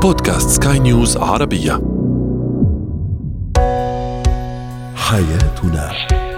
بودكاست سكاي نيوز عربية. حياتنا.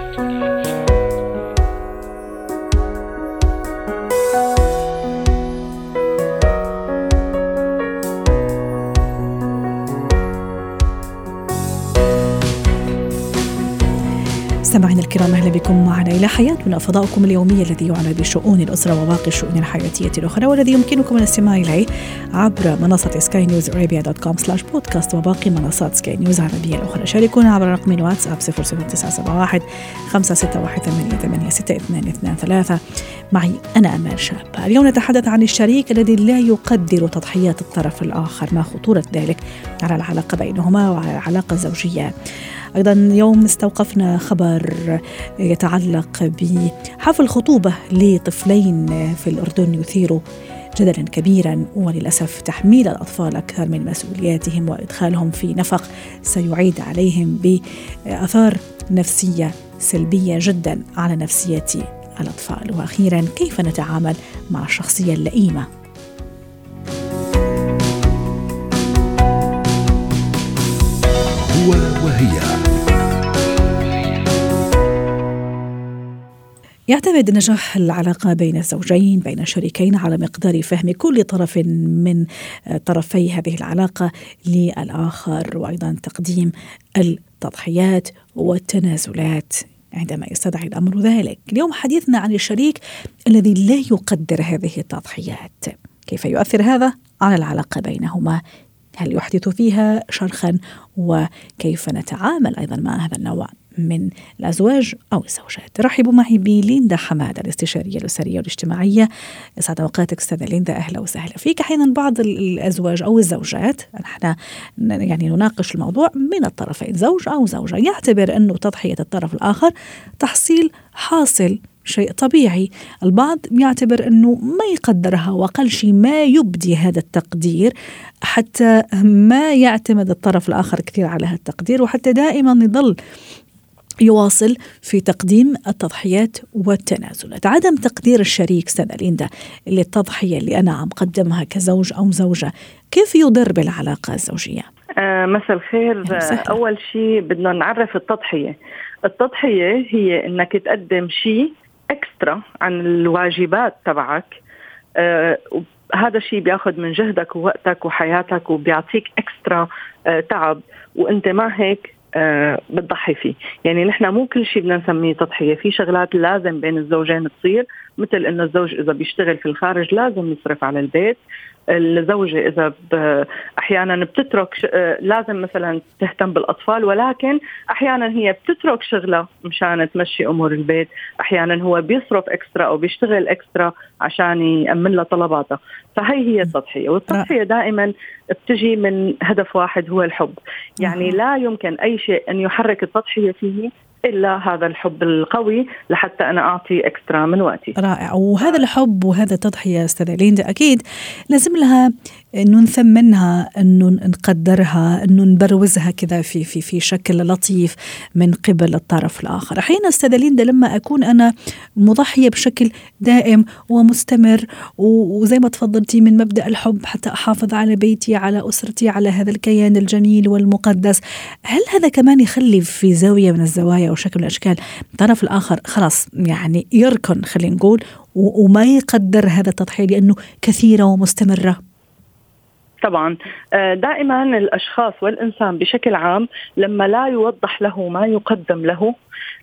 مستمعينا الكرام، أهلا بكم معنا إلى حياتنا، فضاؤكم اليومي الذي يعنى بشؤون الأسرة وباقي الشؤون الحياتية الأخرى، والذي يمكنكم الاستماع إليه عبر منصة skynewsarabia.com/podcast وباقي منصات سكاي نيوز عربية الأخرى. شاركونا عبر رقم واتساب 00971 561 886223. معي أنا أمال شاب. اليوم نتحدث عن الشريك الذي لا يقدر تضحيات الطرف الآخر، ما خطورة ذلك على العلاقة بينهما وعلى العلاقة الزوجية. أيضا اليوم استوقفنا خبر يتعلق بحفل خطوبة لطفلين في الأردن يثير جدلا كبيرا، وللأسف تحميل الأطفال أكثر من مسؤولياتهم وإدخالهم في نفق سيعيد عليهم بآثار نفسية سلبية جدا على نفسية الأطفال. وأخيرا، كيف نتعامل مع الشخصية اللئيمة؟ هو وهي. يعتمد نجاح العلاقة بين الزوجين، بين الشريكين، على مقدار فهم كل طرف من طرفي هذه العلاقة للآخر، وأيضا تقديم التضحيات والتنازلات عندما يستدعي الأمر ذلك. اليوم حديثنا عن الشريك الذي لا يقدر هذه التضحيات. كيف يؤثر هذا على العلاقة بينهما؟ هل يحدث فيها شرخا؟ وكيف نتعامل أيضا مع هذا النوع من الأزواج أو الزوجات؟ رحبوا معي بليندا حمادة، الاستشارية الأسرية والاجتماعية. يسعد أوقاتك أستاذة ليندا، أهلا وسهلا فيك. أحيانا بعض الأزواج أو الزوجات، نحن يعني نناقش الموضوع من الطرفين، زوج أو زوجة، يعتبر أنه تضحية الطرف الآخر تحصيل حاصل، شيء طبيعي. البعض يعتبر أنه ما يقدرها، وأقل شيء ما يبدي هذا التقدير، حتى ما يعتمد الطرف الآخر كثير على هذا التقدير، وحتى دائما يظل يواصل في تقديم التضحيات والتنازلات. عدم تقدير الشريك استاذة ليندا للتضحية اللي أنا عم قدمها كزوج أو زوجة، كيف يضر بالعلاقة الزوجية؟ مساء الخير. أول شيء بدنا نعرف التضحية. التضحية هي إنك تقدم شيء إكسترا عن الواجبات تبعك. هذا الشيء بياخد من جهدك ووقتك وحياتك، وبيعطيك إكسترا تعب، وإنت مع هيك بتضحي فيه. يعني نحن مو كل شيء بدنا نسميه تضحية. في شغلات لازم بين الزوجين تصير، مثل إنه الزوج إذا بيشتغل في الخارج لازم يصرف على البيت. الزوجة إذا أحيانا بتترك لازم مثلا تهتم بالأطفال، ولكن أحيانا هي بتترك شغلة مشان تمشي أمور البيت. أحيانا هو بيصرف إكسترا أو بيشتغل إكسترا عشان يأمن له طلباته. فهي التضحية. والتضحية دائما بتجي من هدف واحد، هو الحب. يعني لا يمكن أي شيء أن يحرك التضحية فيه إلا هذا الحب القوي، لحتى أنا أعطي إكسترا من وقتي. رائع. وهذا الحب وهذا التضحية أستاذة ليندا أكيد لازم لها إنه نثمنها، إنه نقدرها، إنه نبروزها كذا في شكل لطيف من قبل الطرف الآخر. أحيانا أستاذة ليندا لما أكون أنا مضحية بشكل دائم ومستمر، وزي ما تفضلتي من مبدأ الحب حتى أحافظ على بيتي، على أسرتي، على هذا الكيان الجميل والمقدس، هل هذا كمان يخلي في زاوية من الزوايا أو شكل من الأشكال الطرف الآخر خلاص يعني يركن، خلينا نقول، وما يقدر هذا التضحية لأنه كثيرة ومستمرة؟ طبعا دائما الأشخاص والإنسان بشكل عام لما لا يوضح له ما يقدم له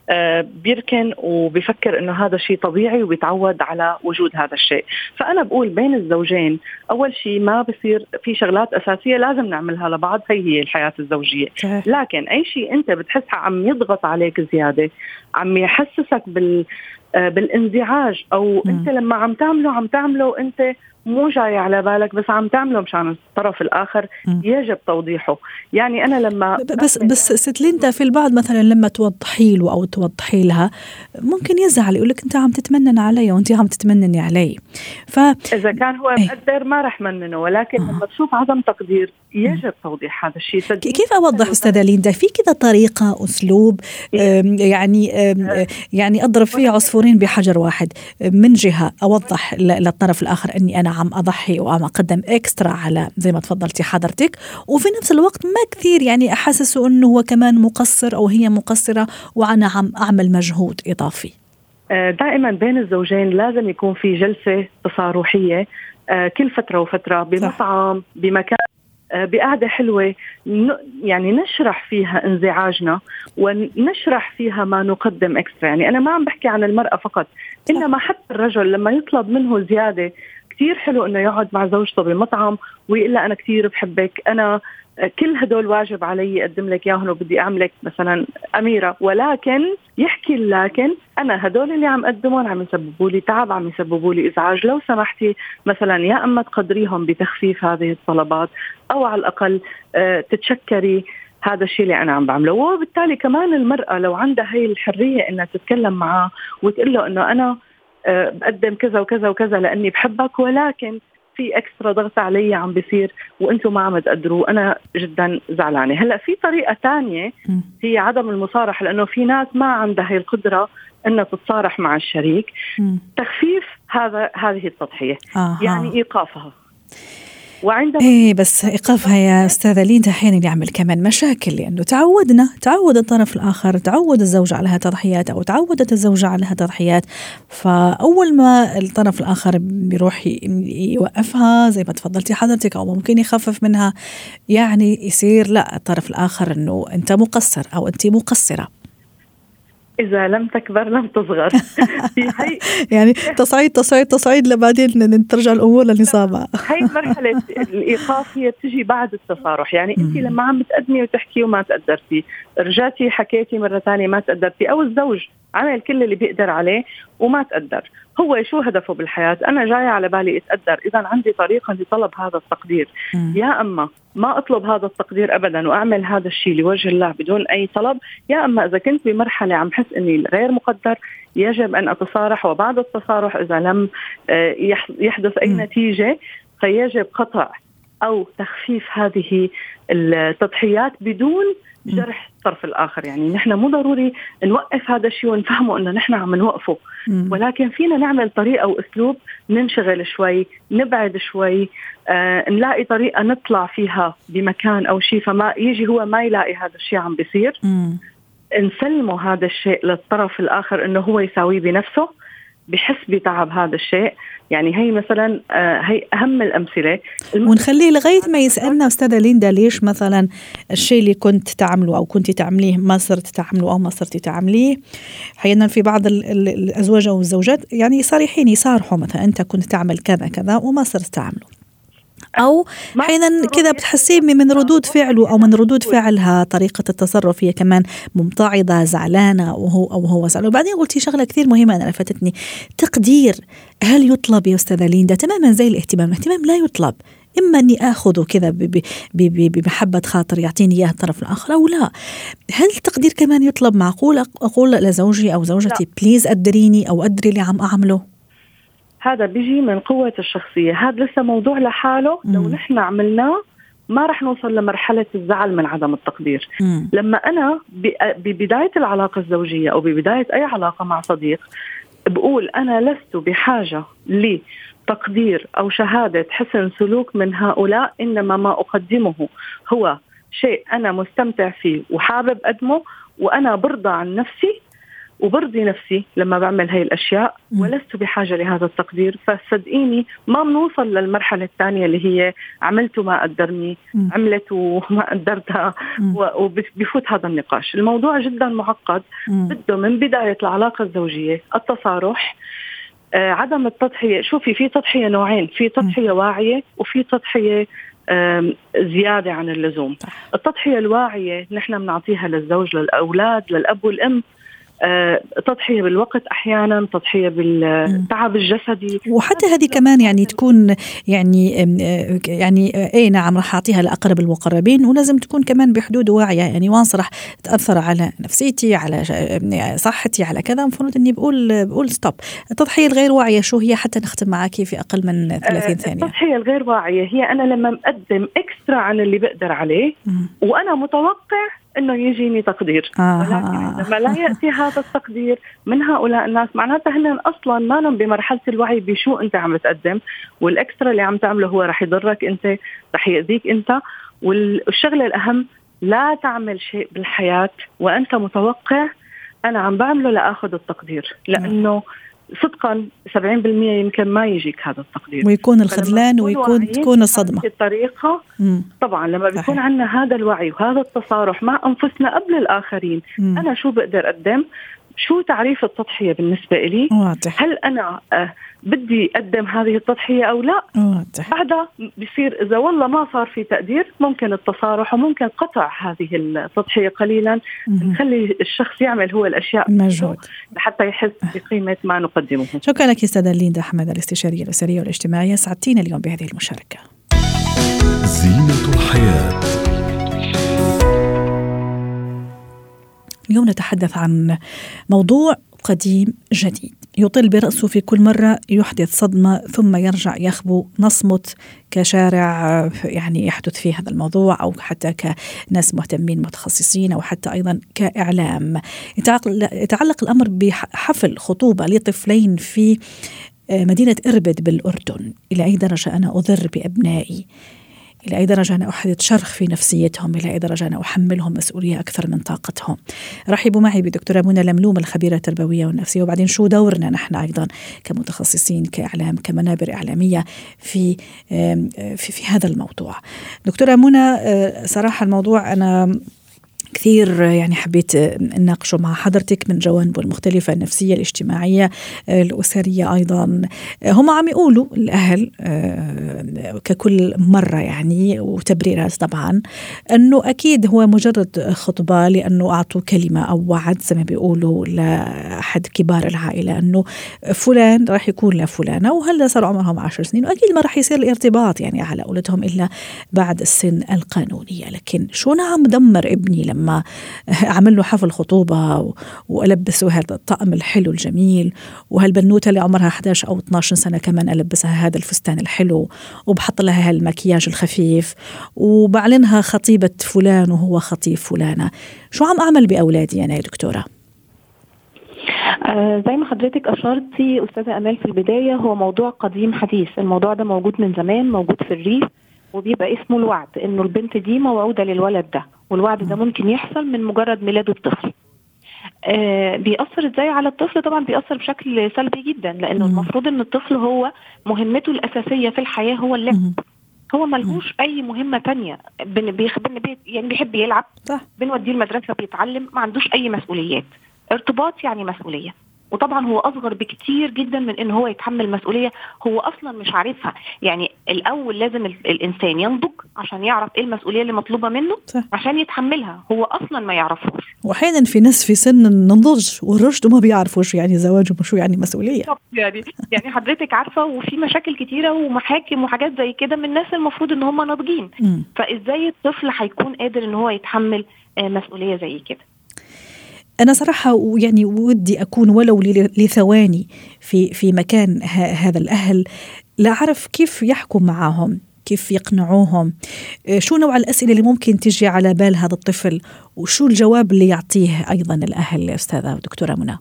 بيركن وبيفكر إنه هذا شيء طبيعي وبيتعود على وجود هذا الشيء. فأنا بقول بين الزوجين أول شيء ما بصير في شغلات أساسية لازم نعملها لبعض، هي الحياة الزوجية. لكن أي شيء أنت بتحسها عم يضغط عليك زيادة، عم يحسسك بالانزعاج، أو أنت لما عم تعمله أنت مو جاي على بالك، بس عم تعمله مشان الطرف الآخر، يجب توضيحه. يعني أنا لما بس ست ليندا، في البعض مثلا لما توضحي له أو توضحي لها ممكن يزعل، يقولك أنت عم تتمنن علي وأنت عم تتمنني علي. إذا كان هو مقدر ما رح مننه، ولكن لما تشوف عدم تقدير يجب توضيح هذا الشيء. كيف أوضح أستاذة ليندا؟ في كذا طريقة، أسلوب يعني أضرب فيه عصفورين بحجر واحد. من جهة أوضح للطرف الآخر أني أنا عم أضحي وعم أقدم إكسترا على زي ما تفضلتي حضرتك، وفي نفس الوقت ما كثير يعني أحسسه أنه هو كمان مقصر أو هي مقصرة وأنا عم أعمل مجهود إضافي. دائما بين الزوجين لازم يكون في جلسة تصارحية كل فترة وفترة بمطعم بمكان بقعدة حلوة، يعني نشرح فيها انزعاجنا ونشرح فيها ما نقدم اكسترا. يعني أنا ما عم بحكي عن المرأة فقط، إنما حتى الرجل لما يطلب منه زيادة كتير حلو إنه يقعد مع زوجته بمطعم ويقول لها أنا كتير بحبك، أنا كل هدول واجب علي أقدم لك ياهن وبدي أعملك مثلا أميرة، ولكن يحكي لكن أنا هدول اللي عم أقدمهم عم يسببوا لي تعب، عم يسببوا لي إزعاج، لو سمحتي مثلا يا أما تقدريهم بتخفيف هذه الطلبات أو على الأقل تتشكري هذا الشيء اللي أنا عم بعمله. وبالتالي كمان المرأة لو عندها هاي الحرية إنها تتكلم معه وتقول له إنه أنا بقدم كذا وكذا وكذا لأني بحبك، ولكن في اكسترا ضغط علي عم بيصير وانتم ما عم تقدروا، انا جدا زعلانه. هلا في طريقه تانية هي عدم المصارحه، لانه في ناس ما عندها هي القدره انها تتصارح مع الشريك. تخفيف هذه التضحيه يعني ايقافها. ايه بس ايقافها يا استاذه ليندا احيانا يعمل كمان مشاكل، لانه تعود الطرف الاخر، تعود الزوج على هالتضحيات او تعودت الزوجه على هالتضحيات، فاول ما الطرف الاخر بيروح يوقفها زي ما تفضلتي حضرتك او ممكن يخفف منها، يعني يصير لا الطرف الاخر انه انت مقصر او انت مقصره. إذا لم تكبر لم تصغر. يعني تصعيد لبعدين ترجع الأمور لنصابها. هاي مرحلة الإيقاف هي بتجي بعد التصارح. يعني أنت لما عم بتقدمي وتحكي وما تقدرتي، رجعتي حكيتي مرة ثانية ما تقدرتي، أو الزوج عمل كل اللي بيقدر عليه وما تقدر، هو شو هدفه بالحياة؟ أنا جاية على بالي أتقدر، إذا عندي طريقة لطلب هذا التقدير، يا أما ما أطلب هذا التقدير أبدا وأعمل هذا الشيء لوجه الله بدون أي طلب، يا أما إذا كنت بمرحلة عم حس أني غير مقدر يجب أن أتصارح، وبعد التصارح إذا لم يحدث أي نتيجة فيجب قطع أو تخفيف هذه التضحيات بدون جرح الطرف الآخر. يعني نحن مو ضروري نوقف هذا الشيء ونفهمه أنه نحن عم نوقفه، ولكن فينا نعمل طريقة وأسلوب ننشغل شوي، نبعد شوي، نلاقي طريقة نطلع فيها بمكان أو شيء فما يجي هو ما يلاقي هذا الشيء عم بيصير. نسلمه هذا الشيء للطرف الآخر أنه هو يساويه بنفسه، بحس بتعب هذا الشيء. يعني هي مثلا هي أهم الأمثلة، ونخليه لغاية ما يسألنا أستاذة ليندا ليش مثلا الشيء اللي كنت تعمله أو كنت تعمليه ما صرت تعمله أو ما صرتي تعمليه. أحيانا في بعض الأزواج أو الزوجات يعني صريحين يصارحوا مثلا أنت كنت تعمل كذا كذا وما صرت تعمله، أو أحيانا كذا بتحسيه من ردود فعله أو من ردود فعلها طريقة التصرف هي كمان ممتعضة زعلانة وهو زعلان. وبعدين قلتي شغلة كثير مهمة أنا لفتتني، تقدير هل يطلب يا أستاذة ليندا؟ تماما زي الاهتمام لا يطلب، إما أني أخذه كذا بمحبة خاطر يعطيني إياه الطرف الآخر أو لا. هل التقدير كمان يطلب؟ معقول أقول لزوجي أو زوجتي بليز قدريني أو قدري اللي عم أعمله؟ هذا بيجي من قوة الشخصية، هذا لسه موضوع لحاله. لو نحن عملناه ما رح نوصل لمرحلة الزعل من عدم التقدير. لما أنا ببداية العلاقة الزوجية أو ببداية أي علاقة مع صديق بقول أنا لست بحاجة لتقدير أو شهادة حسن سلوك من هؤلاء، إنما ما أقدمه هو شيء أنا مستمتع فيه وحابب أقدمه، وأنا برضى عن نفسي وبرضي نفسي لما بعمل هاي الأشياء، ولست بحاجة لهذا التقدير. فصدقيني ما بنوصل للمرحلة الثانية اللي هي عملت وما قدرني، عملت وما قدرتها، وبيفوت هذا النقاش. الموضوع جدا معقد، بده من بداية العلاقة الزوجية التصارح، عدم التضحية. شوفي في تضحية نوعين، في تضحية واعية وفي تضحية زيادة عن اللزوم. التضحية الواعية نحن بنعطيها للزوج، للأولاد، للأب والأم، تضحية بالوقت، أحيانا تضحية بالتعب الجسدي، وحتى هذه كمان يعني تكون يعني ايه نعم راح أعطيها لأقرب المقربين، ولازم تكون كمان بحدود واعية. يعني وانص راح تأثر على نفسيتي، على صحتي، على كذا، المفروض اني بقول ستوب. التضحية الغير واعية شو هي حتى نختم معاكي في أقل من 30 ثانية؟ التضحية الغير واعية هي أنا لما مقدم إكسترا عن اللي بقدر عليه، وأنا متوقع إنه يجيني تقدير. ولكن عندما لا يأتي هذا التقدير من هؤلاء الناس معناتها هن أصلا ما لهم بمرحلة الوعي بشو أنت عم تقدم، والإكسترا اللي عم تعمله هو رح يضرك أنت، رح يأذيك أنت. والشغلة الأهم، لا تعمل شيء بالحياة وأنت متوقع أنا عم بعمله لأخذ التقدير، لأنه صدقا 70% يمكن ما يجيك هذا التقدير، ويكون الخذلان وتكون الصدمة الطريقة. طبعا لما بيكون عندنا هذا الوعي وهذا التصارح مع أنفسنا قبل الآخرين، أنا شو بقدر أقدم، شو تعريف التضحية بالنسبة لي، هل أنا بدي أقدم هذه التضحية أو لا. بعدها بيصير إذا والله ما صار في تقدير، ممكن التصارح وممكن قطع هذه التضحية قليلا، نخلي الشخص يعمل هو الأشياء مجهود حتى يحس بقيمة ما نقدمه. شكرا لك أستاذة ليندا حمد، الاستشارية الأسرية والاجتماعية، سعدتينا اليوم بهذه المشاركة. زينة الحياة. اليوم نتحدث عن موضوع قديم جديد يطل برأسه في كل مرة، يحدث صدمة ثم يرجع يخبو، نصمت كشارع يعني يحدث فيه هذا الموضوع، أو حتى كناس مهتمين متخصصين، أو حتى أيضا كإعلام. يتعلق الأمر بحفل خطوبة لطفلين في مدينة إربد بالأردن. إلى أي درجة أنا أضر بأبنائي؟ إلى أي درجة أنا أحدث شرخ في نفسيتهم؟ إلى أي درجة أنا أحملهم مسؤولية أكثر من طاقتهم؟ رحبوا معي بدكتورة منى لملوم، الخبيرة التربوية والنفسية، وبعدين شو دورنا نحن أيضا كمتخصصين كإعلام كمنابر إعلامية في هذا الموضوع. دكتورة منى، صراحة الموضوع أنا كثير يعني حبيت نناقشه مع حضرتك من جوانبه المختلفة، النفسية الإجتماعية الأسرية أيضا. هم عم يقولوا الأهل ككل مرة يعني، وتبريرات طبعا، أنه أكيد هو مجرد خطبة لأنه أعطوا كلمة أو وعد زي ما بيقولوا لأحد كبار العائلة أنه فلان راح يكون لفلانة، وهلا صار عمرهم 10 سنين، وأكيد ما راح يصير الارتباط يعني على قولتهم إلا بعد السن القانونية. لكن شو نعم دمر ابني لما عمل له حفل خطوبة وألبسه هذا الطقم الحلو الجميل، وهالبنوتة اللي عمرها 11 أو 12 سنة كمان ألبسها هذا الفستان الحلو، وبحط لها هالمكياج الخفيف، وبعلنها خطيبة فلان وهو خطيب فلانة. شو عم أعمل بأولادي أنا يا دكتورة؟ زي ما حضرتك أشرتي أستاذة أمال في البداية، هو موضوع قديم حديث. الموضوع ده موجود من زمان، موجود في الريف، وبيبقى اسمه الوعد، إنه البنت دي موعودة للولد ده، والوعد ده ممكن يحصل من مجرد ميلاد الطفل. بيأثر ازاي على الطفل؟ طبعا بيأثر بشكل سلبي جدا، لأنه المفروض إن الطفل هو مهمته الأساسية في الحياة هو اللعب. هو ملهوش أي مهمة تانية، يعني بيحب يلعب، بنوديه المدرسة بيتعلم، ما عندوش أي مسؤوليات. ارتباط يعني مسؤولية، وطبعا هو أصغر بكتير جدا من إن هو يتحمل مسؤولية هو أصلا مش عارفها. يعني الأول لازم الإنسان ينضج عشان يعرف إيه المسؤولية اللي مطلوبة منه عشان يتحملها، هو أصلا ما يعرفوش. وأحيانا في ناس في سن النضج والرشد وما بيعرفوش يعني زواج وشو يعني مسؤولية. يعني حضرتك عارفة، وفي مشاكل كتيرة ومحاكم وحاجات زي كده من الناس المفروض إن هم ناضجين. فإزاي الطفل هيكون قادر إن هو يتحمل مسؤولية زي كده؟ أنا صراحة يعني ودي أكون ولو لثواني في مكان هذا الأهل، لا أعرف كيف يحكم معهم، كيف يقنعوهم، شو نوع الأسئلة اللي ممكن تجي على بال هذا الطفل، وشو الجواب اللي يعطيه أيضا الأهل أستاذة دكتورة منى.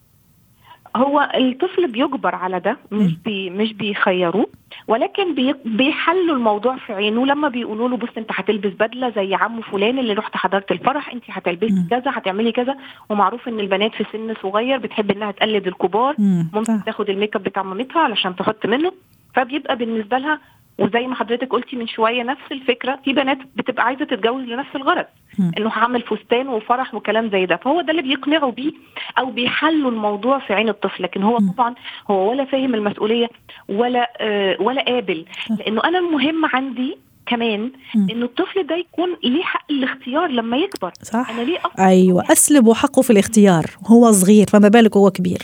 هو الطفل بيجبر على ده، مش بيخيروه، ولكن بيحلوا الموضوع في عينه لما بيقولوا له بص انت هتلبس بدله زي عمو فلان اللي رحت حضرت الفرح، انت هتلبسي كذا، هتعملي كذا. ومعروف ان البنات في سن صغير بتحب انها تقلد الكبار، ممكن تاخد الميك اب بتاع مامتها علشان تحط منه، فبيبقى بالنسبه لها. وزي ما حضرتك قلتي من شويه نفس الفكره، في بنات بتبقى عايزه تتجوز لنفس الغرض، انه هعمل فستان وفرح وكلام زي ده، فهو ده اللي بيقنعوا بيه او بيحلوا الموضوع في عين الطفل. لكن هو طبعا هو ولا فاهم المسؤوليه ولا قابل، لانه انا المهم عندي كمان انه الطفل ده يكون ليه حق الاختيار لما يكبر. صح. انا ليه ايوه اسلبه حقه في الاختيار، هو صغير فما بالك هو كبير.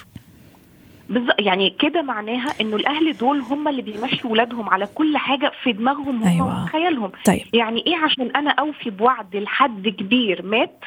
يعني كده معناها انه الاهل دول هم اللي بيمشوا ولادهم على كل حاجه في دماغهم هم وخيالهم. طيب. يعني ايه عشان انا اوفي بوعد لحد كبير مات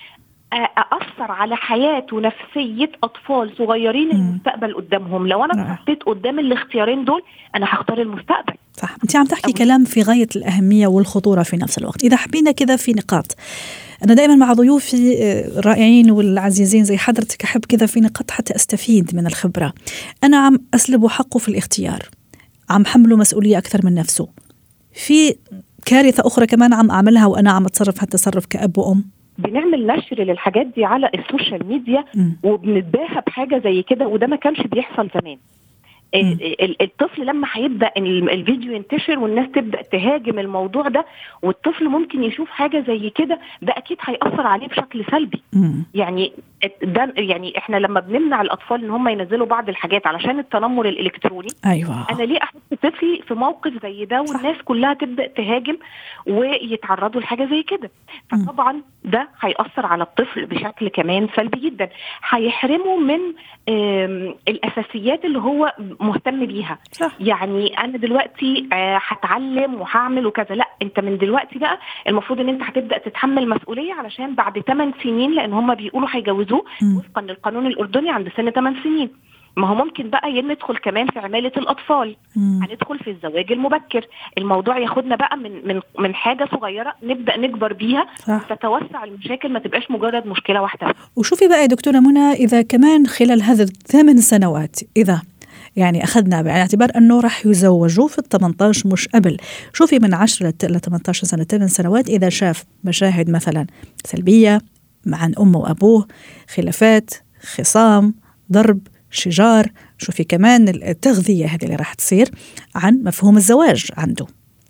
اثر على حياه ونفسيه اطفال صغيرين المستقبل قدامهم؟ لو انا حطيت قدام الاختيارين دول انا هختار المستقبل. صح. انت عم تحكي كلام في غايه الاهميه والخطوره في نفس الوقت. اذا حبينا كذا في نقاط أنا دائما مع ضيوفي الرائعين والعزيزين زي حضرتك أحب كذا في نقاط حتى أستفيد من الخبرة. أنا عم أسلب حقه في الاختيار، عم حمله مسؤولية أكثر من نفسه. في كارثة أخرى كمان عم أعملها وأنا عم أتصرف هالتصرف كأب وأم، بنعمل نشر للحاجات دي على السوشيال ميديا وبنتباهى بحاجة زي كده، وده ما كانش بيحصل زمان. الطفل لما هيبدأ الفيديو ينتشر والناس تبدأ تهاجم الموضوع ده، والطفل ممكن يشوف حاجة زي كده، ده أكيد هيأثر عليه بشكل سلبي. يعني ده يعني احنا لما بنمنع الأطفال ان هم ينزلوا بعض الحاجات علشان التنمر الإلكتروني، أيوة. أنا ليه أحط طفلي في موقف زي ده والناس كلها تبدأ تهاجم ويتعرضوا لحاجة زي كده؟ فطبعا ده هيأثر على الطفل بشكل كمان سلبي جدا، هيحرمه من الأساسيات اللي هو مهتم بيها. صح. يعني أنا دلوقتي هتعلم وهعمل وكذا، لا، أنت من دلوقتي بقى المفروض أن أنت هتبدأ تتحمل مسؤولية، علشان بعد 8 سنين، لأن هم بيقولوا هيجوزوه وفقا للقانون الأردني عند سن 8 سنين. ما هو ممكن بقى ندخل كمان في عمالة الأطفال، هندخل في الزواج المبكر. الموضوع ياخدنا بقى من حاجة صغيرة نبدأ نكبر بيها، تتوسع المشاكل، ما تبقاش مجرد مشكلة واحدة. وشوفي بقى يا دكتورة منى، إذا كمان خلال هذه 8 سنوات إذا يعني أخذنا بعين الاعتبار أنه راح يزوجوا في 18 مش قبل، شوفي من 10 ل 18 سنة 8 سنوات، إذا شاف مشاهد مثلا سلبية عن أمه وأبوه، خلافات، خصام، ضرب، شجار، شوفي كمان التغذية هذه اللي راح تصير عن مفهوم الزواج عنده،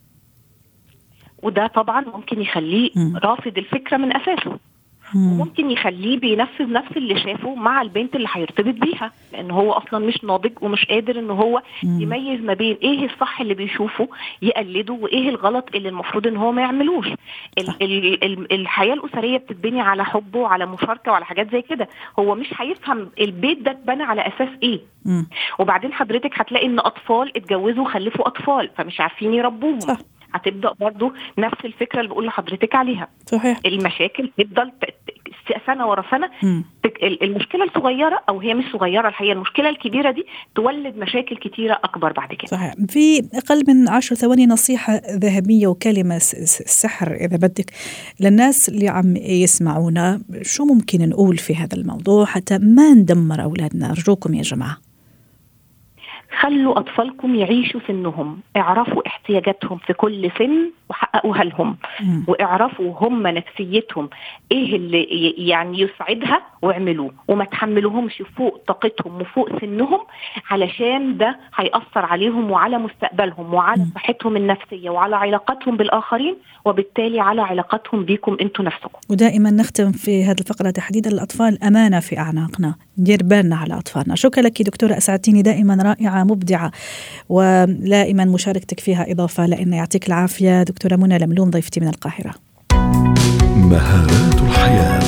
وده طبعا ممكن يخليه رافض الفكرة من أساسه، وممكن يخليه بينفذ نفس اللي شافه مع البنت اللي هيرتبط بيها، لأنه هو أصلا مش ناضج ومش قادر إنه هو يميز ما بين إيه الصح اللي بيشوفه يقلده وإيه الغلط اللي المفروض إن هو ما يعملوش. الحياة الأسرية بتتبني على حب وعلى مشاركة وعلى حاجات زي كده، هو مش هيفهم البيت ده اتبنى على أساس إيه. وبعدين حضرتك هتلاقي إن أطفال اتجوزوا وخلفوا أطفال فمش عارفين يربوهم. صح. هتبدأ برضو نفس الفكرة اللي بقول لحضرتك عليها. صحيح. المشاكل تفضل سنة ورا سنة. المشكلة الصغيرة أو هي مش صغيرة الحقيقة، المشكلة الكبيرة دي تولد مشاكل كتيرة أكبر بعد كده. صحيح. في أقل من 10 ثواني نصيحة ذهبية وكلمة سحر إذا بدك للناس اللي عم يسمعونا، شو ممكن نقول في هذا الموضوع حتى ما ندمر أولادنا؟ أرجوكم يا جماعة. خلوا أطفالكم يعيشوا سنهم، اعرفوا احتياجاتهم في كل سن وحققوها لهم، واعرفوا هم نفسيتهم ايه اللي يعني يسعدها واعملوه، وما تحملوهمش فوق طاقتهم وفوق سنهم، علشان ده هيأثر عليهم وعلى مستقبلهم وعلى صحتهم النفسية وعلى علاقاتهم بالآخرين، وبالتالي على علاقاتهم بيكم انتوا نفسكم. ودائما نختم في هذه الفقرة تحديدا، الأطفال أمانة في أعناقنا، ندير بالنا على أطفالنا. شكرا لك دكتورة، أسعدتيني دائما، رائعة مبدعة، ودائما مشاركتك فيها إضافة لأن. يعطيك العافية دكتورة منى لملوم، ضيفتي من القاهرة. مهارات الحياة.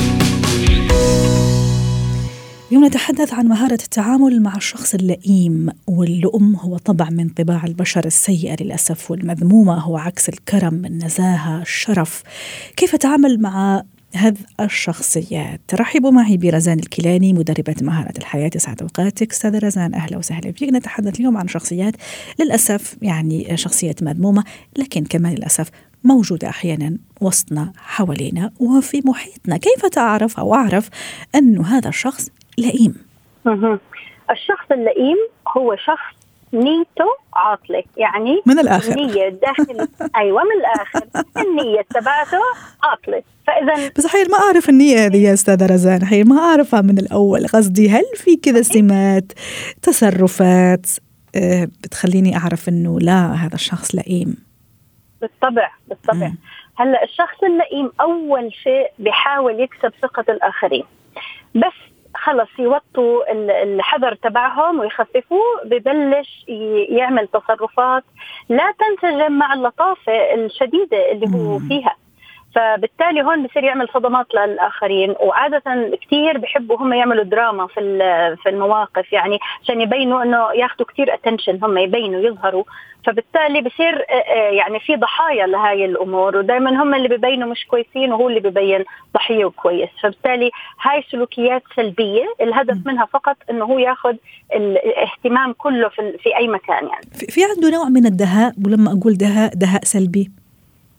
اليوم نتحدث عن مهارة التعامل مع الشخص اللئيم، واللؤم هو طبع من طباع البشر السيئة للأسف، والمذمومة هو عكس الكرم، النزاهة، الشرف. كيف أتعامل مع هذه الشخصيات؟ رحبوا معي برزان الكيلاني، مدربة مهارة الحياة. يسعد أوقاتك أستاذة رزان، أهلا وسهلا بك. نتحدث اليوم عن شخصيات للأسف يعني شخصية مذمومة، لكن كمان للأسف موجودة أحيانا وسطنا حوالينا وفي محيطنا. كيف تعرف أو أعرف أنه هذا الشخص لئيم؟ الشخص اللئيم هو شخص نيته عاطلة، يعني من الآخر النية داخل أيوة من الآخر النية تبعته عاطلة. فإذا بس حين ما أعرف النية هذه يا أستاذة رزان، حين ما أعرفها من الأول. قصدي هل في كذا سمات، تصرفات بتخليني أعرف أنه لا هذا الشخص لئيم؟ بالطبع. هلأ الشخص اللئيم أول شيء بيحاول يكسب ثقة الآخرين، بس خلص يوطوا الحذر تبعهم ويخففوه، ببلش يعمل تصرفات لا تنسجم مع اللطافة الشديدة اللي هو فيها. فبالتالي هون بصير يعمل صدمات للآخرين، وعادة كتير بيحبوا هم يعملوا دراما في المواقف، يعني عشان يبينوا انه ياخدوا كتير اتنشن، هم يبينوا يظهروا. فبالتالي بصير يعني في ضحايا لهاي الأمور، ودايما هم اللي بيبينوا مش كويسين وهو اللي بيبين ضحية كويس. فبالتالي هاي سلوكيات سلبية الهدف منها فقط انه هو ياخد الاهتمام كله في اي مكان. يعني في عنده نوع من الدهاء، ولما اقول دهاء سلبي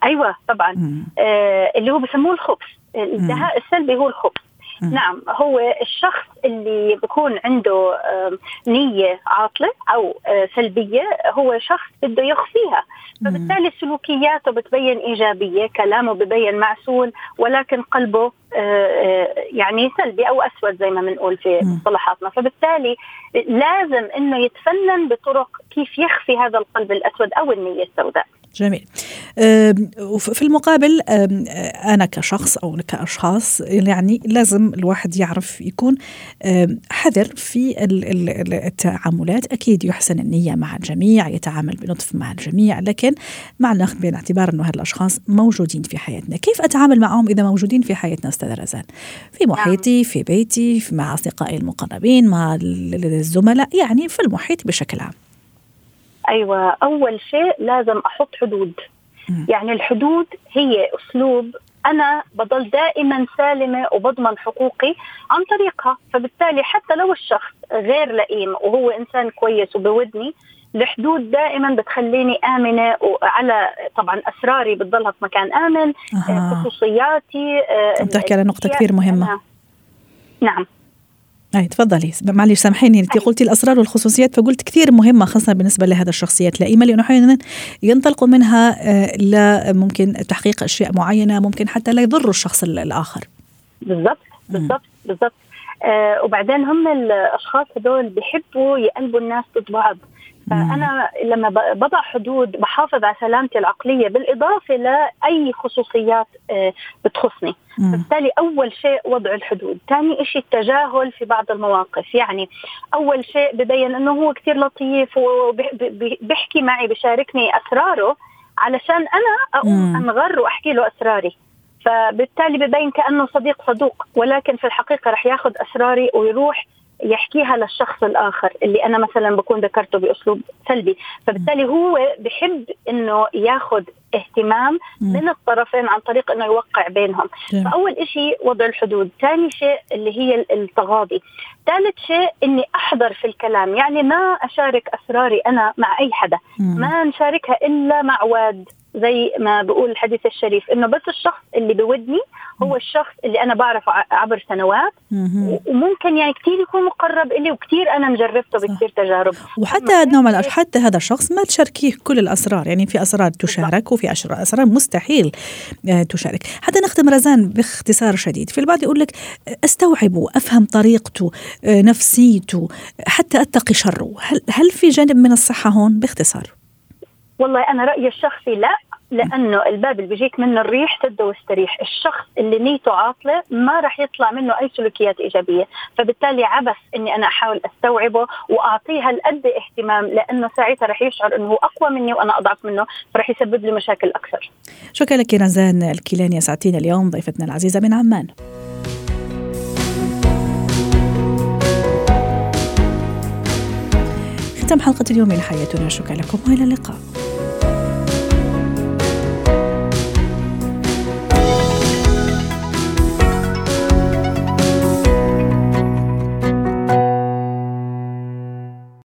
أيوة طبعا. اللي هو بسموه الخبث، الدهاء السلبي هو الخبث. نعم، هو الشخص اللي بيكون عنده نية عاطلة أو سلبية هو شخص بده يخفيها، فبالتالي سلوكياته بتبين إيجابية، كلامه ببين معسول، ولكن قلبه يعني سلبي أو أسود زي ما بنقول في مصطلحاتنا. فبالتالي لازم إنه يتفنن بطرق كيف يخفي هذا القلب الأسود أو النية السوداء. جميل. في المقابل أنا كشخص أو كأشخاص يعني لازم الواحد يعرف يكون حذر في التعاملات. أكيد يحسن النية مع الجميع، يتعامل بلطف مع الجميع، لكن مع الأخذ بعين الاعتبار أنه هذا الأشخاص موجودين في حياتنا. كيف أتعامل معهم إذا موجودين في حياتنا أستاذ رزان؟ في محيطي، في بيتي، مع أصدقائي المقربين، مع الزملاء، يعني في المحيط بشكل عام. أيوة، أول شيء لازم أحط حدود. يعني الحدود هي أسلوب أنا بضل دائما سالمة وبضمن حقوقي عن طريقها. فبالتالي حتى لو الشخص غير لئيم وهو إنسان كويس وبودني، الحدود دائما بتخليني آمنة، وعلى طبعا أسراري بتضلها في مكان آمن. خصوصياتي بتحكي على نقطة كثير مهمة. نعم. تفضلي، معلش سامحيني، انت قلتي الاسرار والخصوصيات، فقلت كثير مهمه خاصه بالنسبه لهذا الشخصيات لئيمه، لانه احيانا ينطلقوا منها لا ممكن تحقيق اشياء معينه، ممكن حتى لا يضروا الشخص الاخر. بالضبط. وبعدين هم الاشخاص هذول بيحبوا يقلبوا الناس ضد بعض. فأنا لما بضع حدود بحافظ على سلامتي العقلية بالإضافة لأي خصوصيات بتخصني. فبالتالي أول شيء وضع الحدود. ثاني إشي التجاهل في بعض المواقف. يعني أول شيء ببين أنه هو كتير لطيف وبيحكي معي، بشاركني أسراره علشان أنا أقوم أنغر وأحكي له أسراري. فبالتالي ببين كأنه صدوق، ولكن في الحقيقة رح ياخد أسراري ويروح يحكيها للشخص الآخر اللي أنا مثلا بكون ذكرته بأسلوب سلبي. فبالتالي هو بحب إنه ياخد اهتمام من الطرفين عن طريق إنه يوقع بينهم. فأول إشي وضع الحدود. ثاني شيء اللي هي التغاضي. ثالث شيء إني أحضر في الكلام، يعني ما أشارك أسراري أنا مع أي حدا، ما نشاركها إلا مع واد، زي ما بقول الحديث الشريف إنه بس الشخص اللي بودني هو الشخص اللي أنا بعرفه عبر سنوات، وممكن يعني كتير يكون مقرب إلي وكتير أنا مجربته بكتير تجارب. وحتى نوع حتى هذا الشخص ما تشاركيه كل الأسرار، يعني في أسرار تشارك وفي أسرار مستحيل تشارك. حتى نختم رزان باختصار شديد، في البعض يقول لك أستوعبه، أفهم طريقته، نفسيته، حتى أتقي شره. هل في جانب من الصحة هون باختصار؟ والله أنا رأيي الشخصي لا، لأنه الباب اللي بيجيك منه الريح تده واستريح. الشخص اللي نيته عاطلة ما رح يطلع منه أي سلوكيات إيجابية. فبالتالي عبث إني أنا أحاول أستوعبه وأعطيها القد اهتمام، لأنه ساعتها رح يشعر إنه هو أقوى مني وأنا أضعف منه، فرح يسبب لي مشاكل أكثر. شكرا لك رزان الكيلاني، ساعتين اليوم ضيفتنا العزيزة من عمان. ختام حلقة اليوم من حياتنا، شكرا لكم وإلى اللقاء.